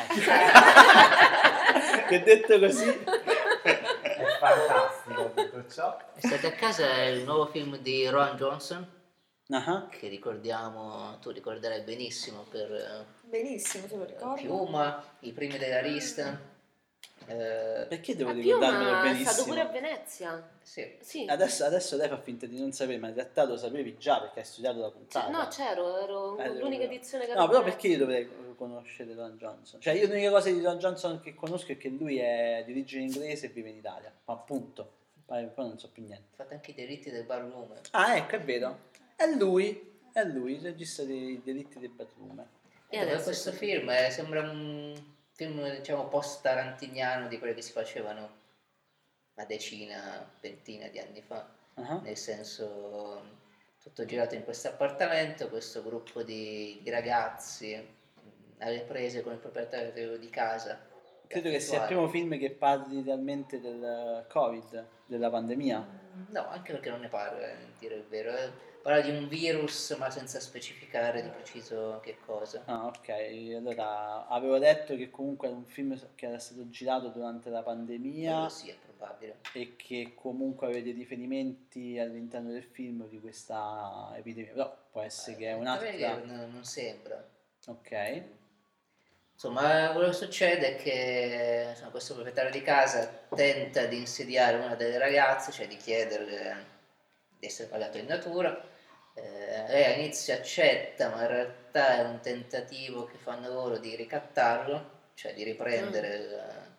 Che detto così è fantastico tutto ciò. Restate a casa è il nuovo film di Rowan Johnson, che ricordiamo, tu ricorderai benissimo per benissimo, te lo ricordo. Piuma, i primi della lista, Perché devo ricordarmelo benissimo? È stato pure a Venezia. Sì. Adesso lei fa finta di non sapere, ma in realtà lo sapevi già perché hai studiato la puntata. No, ero l'unica edizione che No, però perché io dovrei conoscere Don Johnson? Cioè, io l'unica cosa di Don Johnson che conosco è che lui è di origine inglese e vive in Italia. Ma appunto, poi non so più niente. Ha fatto anche i diritti del Barroom. Ah, ecco, è vero. È lui il regista dei diritti del Barroom. E adesso questo film sembra un film, diciamo, post-tarantiniano di quelli che si facevano una ventina di anni fa. Nel senso, tutto girato in questo appartamento, questo gruppo di ragazzi alle prese con il proprietario di casa. Credo che sia il primo film che parli realmente del Covid, della pandemia. No, anche perché non ne parla, dire il vero. Parla di un virus ma senza specificare di preciso che cosa. Ah, ok. Allora, avevo detto che comunque è un film che era stato girato durante la pandemia. Sì, è probabile. E che comunque aveva dei riferimenti all'interno del film di questa epidemia. Però può essere che è un'altra... Non sembra. Ok. Insomma, quello che succede è che questo proprietario di casa tenta di insediare una delle ragazze, cioè di chiederle di essere pagato in natura. Lei all'inizio accetta, ma in realtà è un tentativo che fanno loro di ricattarlo, cioè di riprendere il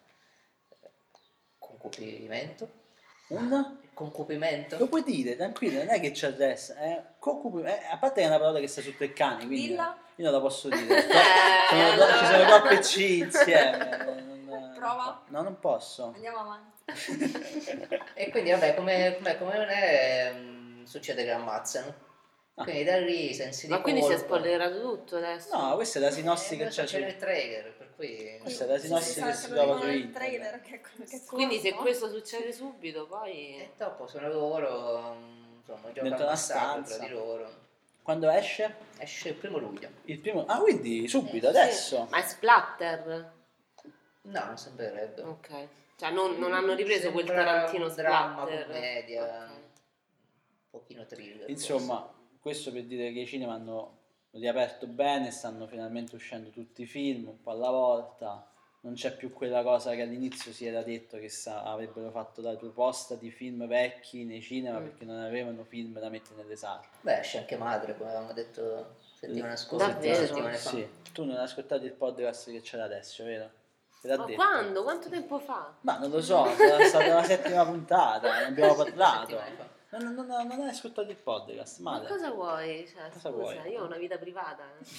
concupimento. Un concupimento? Lo puoi dire, tranquillo, non è che ci adesso. A parte che è una parola che sta sotto il cane, quindi io non la posso dire. Ci sono troppe C insieme. Prova? No, non posso. Andiamo avanti. E quindi vabbè, come non è, succede che ammazzano. Quindi da lì sensi di colpa. Ma quindi si è spoilerato spoilerato tutto adesso? No, questa è la sinossi che c'è nel trailer, per cui questa è la sinossi che si trova su internet. Quindi se questo succede subito poi... E dopo sono loro, insomma, giocano a stanza tra di loro. Quando esce? Esce il 1 luglio. Il primo? Ah, quindi subito, adesso? Ma è splatter? No, non sembrerebbe. Ok. Cioè non hanno ripreso quel Tarantino dramma, splatter. commedia, un pochino thriller. Insomma, questo per dire che i cinema hanno riaperto bene, stanno finalmente uscendo tutti i film, un po' alla volta. Non c'è più quella cosa che all'inizio si era detto che avrebbero fatto la proposta di film vecchi nei cinema perché non avevano film da mettere nelle sale. Beh, esce anche Madre, come avevamo detto settimana scorsa. Davvero? Sì, tu non hai ascoltato il podcast che c'era adesso, vero? Ma quando? Quanto tempo fa? Ma non lo so, è stata la 7ª puntata, ne abbiamo parlato. Non hai ascoltato il podcast, Ma cosa vuoi? Cioè, cosa scusa, vuoi? io ho una vita privata.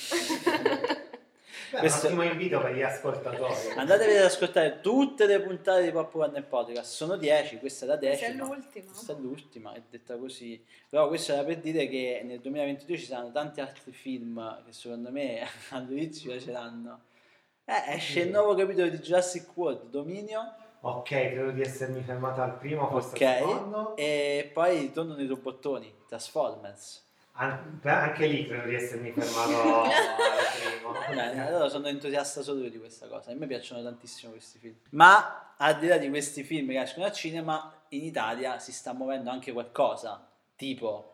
Questo è un ottimo invito per gli ascoltatori. Andatevi ad ascoltare tutte le puntate di Pop One Podcast, sono 10, questa è la 10ª. Questa è l'ultima, è detta così. Però questo era per dire che nel 2022 ci saranno tanti altri film che secondo me all'inizio piaceranno. Esce il nuovo capitolo di Jurassic World, Dominio. Ok, credo di essermi fermato al primo, forse al secondo. E poi tornano i robottoni, Transformers. Anche lì credo di essermi fermato al primo. Allora sono entusiasta solo io di questa cosa. A me piacciono tantissimo questi film. Ma al di là di questi film che escono al cinema, in Italia si sta muovendo anche qualcosa, tipo...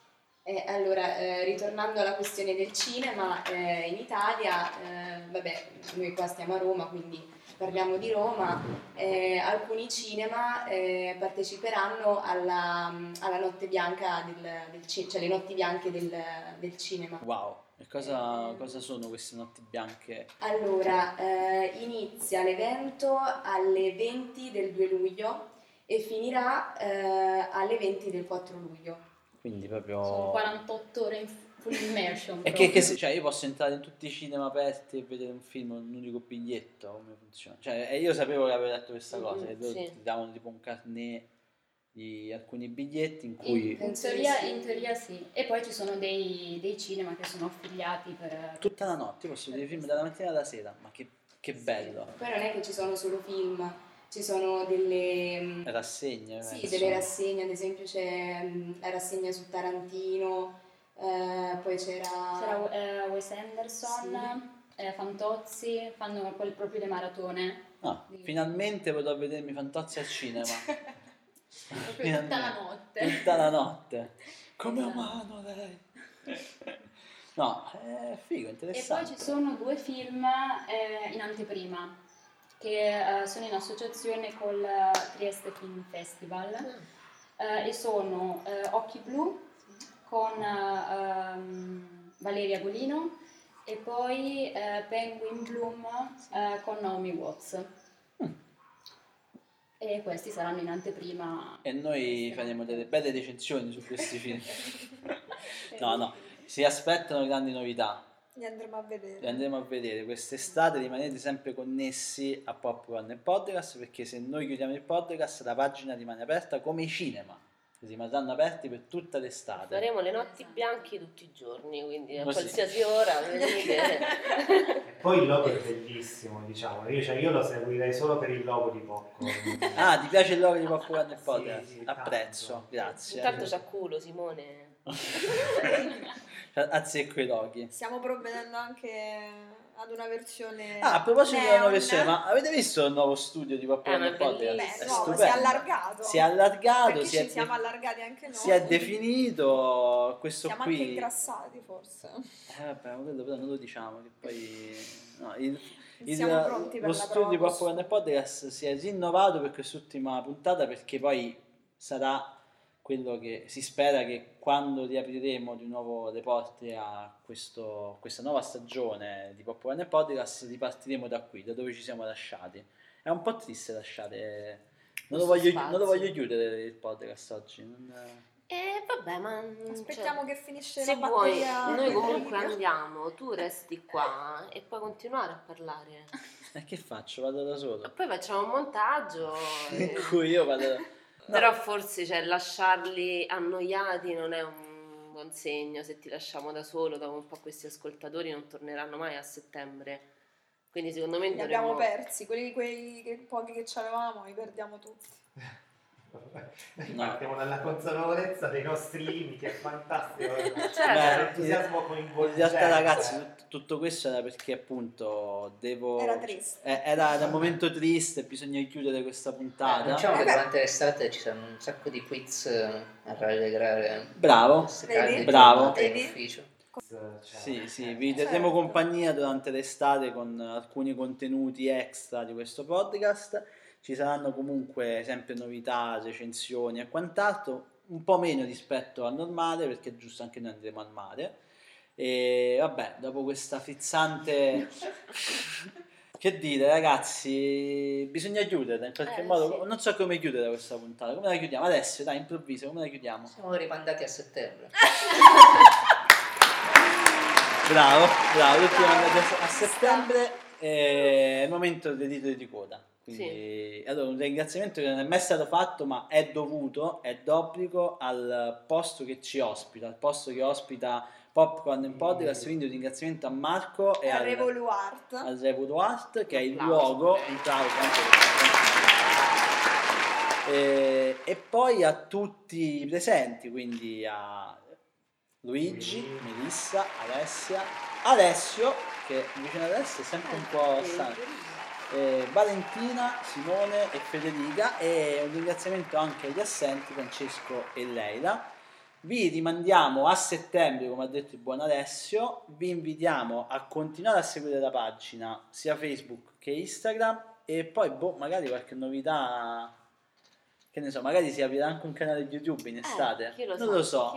Allora, ritornando alla questione del cinema, in Italia, vabbè, noi qua stiamo a Roma, quindi parliamo di Roma, alcuni cinema parteciperanno alla notte bianca cioè le notti bianche del cinema. Wow, e cosa sono queste notti bianche? Allora, inizia l'evento alle 20 del 2 luglio e finirà alle 20 del 4 luglio. Quindi proprio... Sono 48 ore in full immersion. E cioè io posso entrare in tutti i cinema aperti e vedere un film, un unico biglietto, come funziona? Cioè, io sapevo che avevo detto questa cosa, che loro ti davano tipo un carnet di alcuni biglietti in cui... In teoria sì. E poi ci sono dei cinema che sono affiliati per... Tutta la notte, posso vedere film dalla mattina alla sera, ma che bello! Sì. Poi non è che ci sono solo film, ci sono delle rassegne. Sì, delle rassegne, ad esempio c'è la rassegna su Tarantino, poi c'era Wes Anderson, sì. Fantozzi, fanno proprio le maratone. Finalmente potrò vedermi Fantozzi al cinema. Proprio tutta la notte. Tutta la notte. Come umano lei. No, è figo, interessante. E poi ci sono 2 film in anteprima. che sono in associazione col Trieste Film Festival e sono Occhi Blu con Valeria Golino e poi Penguin Bloom con Naomi Watts. E questi saranno in anteprima. E noi faremo delle belle recensioni su questi film. No, si aspettano grandi novità. Li andremo a vedere. Quest'estate rimanete sempre connessi a Popcorn e Podcast, perché se noi chiudiamo il podcast la pagina rimane aperta come i cinema. Rimarranno aperti per tutta l'estate. Faremo le notti bianche tutti i giorni, quindi a qualsiasi ora venite. E poi il logo è bellissimo, diciamo. Io lo seguirei solo per il logo di Popcorn. Ah, ti piace il logo di Popcorn e Podcast? Sì, apprezzo, grazie. Intanto c'ha culo, Simone. Azzecco i loghi. Stiamo provvedendo anche ad una versione. A proposito neon. di una versione, ma avete visto il nuovo studio di Popcorn e Podcast? Si è allargato. Ci siamo allargati anche noi. Si è definito questo siamo qui. Siamo anche ingrassati forse. Vabbè, quello però non lo diciamo, che poi no, siamo pronti per lo studio di Popcorn e Podcast si è rinnovato per quest'ultima puntata, perché poi sarà quello che si spera che quando riapriremo di nuovo le porte a questa nuova stagione di Popcorn e Podcast ripartiremo da qui, da dove ci siamo lasciati. È un po' triste lasciare, non lo voglio chiudere il podcast oggi. Vabbè, ma aspettiamo che finisce se la vuoi, batteria. noi comunque andiamo, tu resti qua e puoi continuare a parlare. E che faccio? Vado da solo. E poi facciamo un montaggio in cui io vado. No. Però forse lasciarli annoiati non è un buon segno. Se ti lasciamo da solo, dopo un po' questi ascoltatori non torneranno mai a settembre. Quindi secondo me li abbiamo persi, quei pochi che c'avevamo li perdiamo tutti. Partiamo dalla consapevolezza dei nostri limiti, è fantastico. L'entusiasmo coinvolgente. In realtà, ragazzi, tutto questo era perché appunto era triste. Era un momento triste, bisogna chiudere questa puntata. Diciamo che durante l'estate ci sono un sacco di quiz a rallegrare. Bravo. In ufficio. Sì, vi terremo compagnia durante l'estate con alcuni contenuti extra di questo podcast. Ci saranno comunque sempre novità, recensioni e quant'altro, un po' meno rispetto al normale, perché è giusto, anche noi andremo al mare. E vabbè, dopo questa frizzante che dire, ragazzi, bisogna chiudere in qualche modo. Non so come chiudere questa puntata. Come la chiudiamo? Adesso, dai, improvviso, come la chiudiamo? Siamo rimandati a settembre. Bravo, tutti rimandati a settembre. È il momento dei titoli di coda. Quindi, allora, un ringraziamento che non è mai stato fatto, ma è dovuto, è d'obbligo al posto che ci ospita, al posto che ospita Popcorn and Podcast. Quindi un ringraziamento a Marco e al Revoluart, che è il luogo, e poi a tutti i presenti, quindi a Luigi, Melissa, Alessia, Alessio, che vicino ad Alessio è sempre un po' stanco, Valentina, Simone e Federica, e un ringraziamento anche agli assenti Francesco e Leila. Vi rimandiamo a settembre, come ha detto il buon Alessio. Vi invitiamo a continuare a seguire la pagina sia Facebook che Instagram, e poi magari qualche novità, che ne so, magari si aprirà anche un canale YouTube in estate. Non lo so.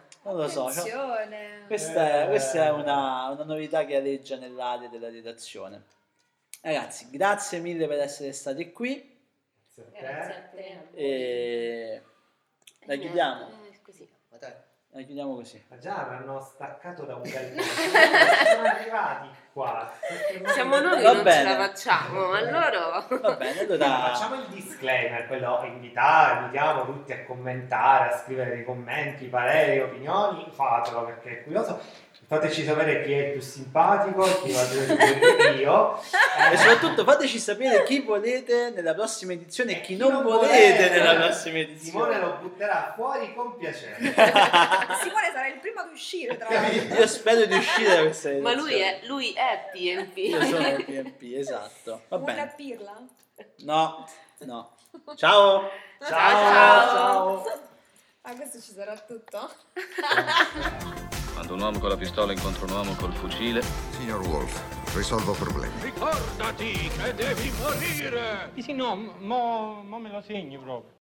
Questa è una novità che aleggia nell'area della redazione. Ragazzi, grazie mille per essere stati qui. Grazie a te. E la chiudiamo. La chiudiamo così. Ma già hanno staccato da un bel po'. Sono arrivati qua. Siamo noi che non ce la facciamo. Allora va bene, allora facciamo il disclaimer, quello invitiamo tutti a commentare, a scrivere dei commenti, pareri, opinioni. Fatelo, perché è curioso. Fateci sapere chi è il più simpatico, chi va a io. E soprattutto fateci sapere chi volete nella prossima edizione e chi non volete nella prossima edizione. Simone lo butterà fuori con piacere. Simone sarà il primo ad uscire, tra l'altro. Io spero di uscire da questa edizione. Ma lui è PNP. Io sono PNP, esatto. Va bene. Vuoi capirla? No. Ciao. Questo ci sarà tutto? Quando un uomo con la pistola incontra un uomo col fucile. Signor Wolf, risolvo problemi. Ricordati che devi morire! Sì, no, mo me lo segni proprio.